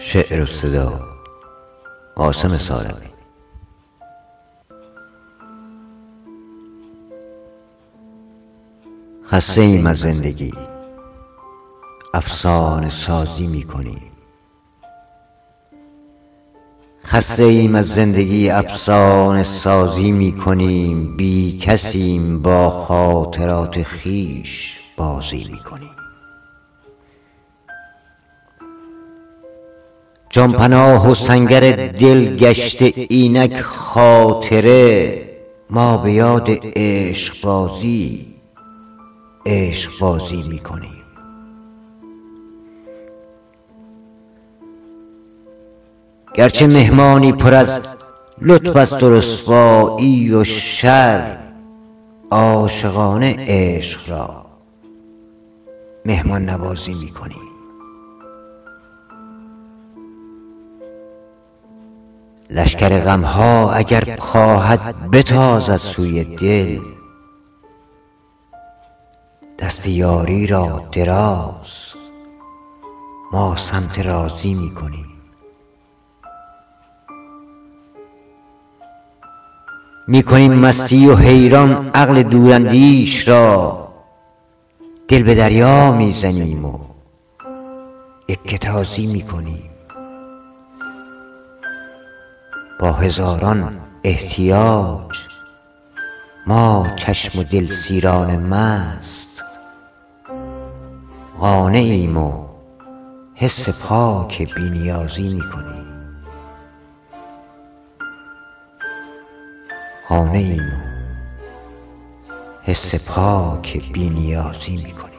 شعر و صدا قاسم سالمی. خسته ایم از زندگی، افسانه سازی میکنیم. خسته ایم از زندگی، افسانه سازی میکنیم. بی کسیم، با خاطرات خویش بازی میکنیم. جان پناه و سنگر دل گشته اینک خاطره. ما به یاد عشق بازی میکنیم. گرچه مهمانی پر از لطف است و رسوایی و شر، عاشقانه عشق را مهمان نوازی میکنیم. لشکر غمها اگر خواهد بتازد سوی دل، دست یاری را دراز ما سمت راضی میکنیم. میکنیم مستی و حیران عقل دوراندیش را. دل به دریا میزنیم و یکه تازی میکنیم. با هزاران احتیاج ما چشم و دل سیران مست، قانعیم و حس پاک بی نیازی میکنیم. قانعیم و حس پاک بی نیازی میکنیم.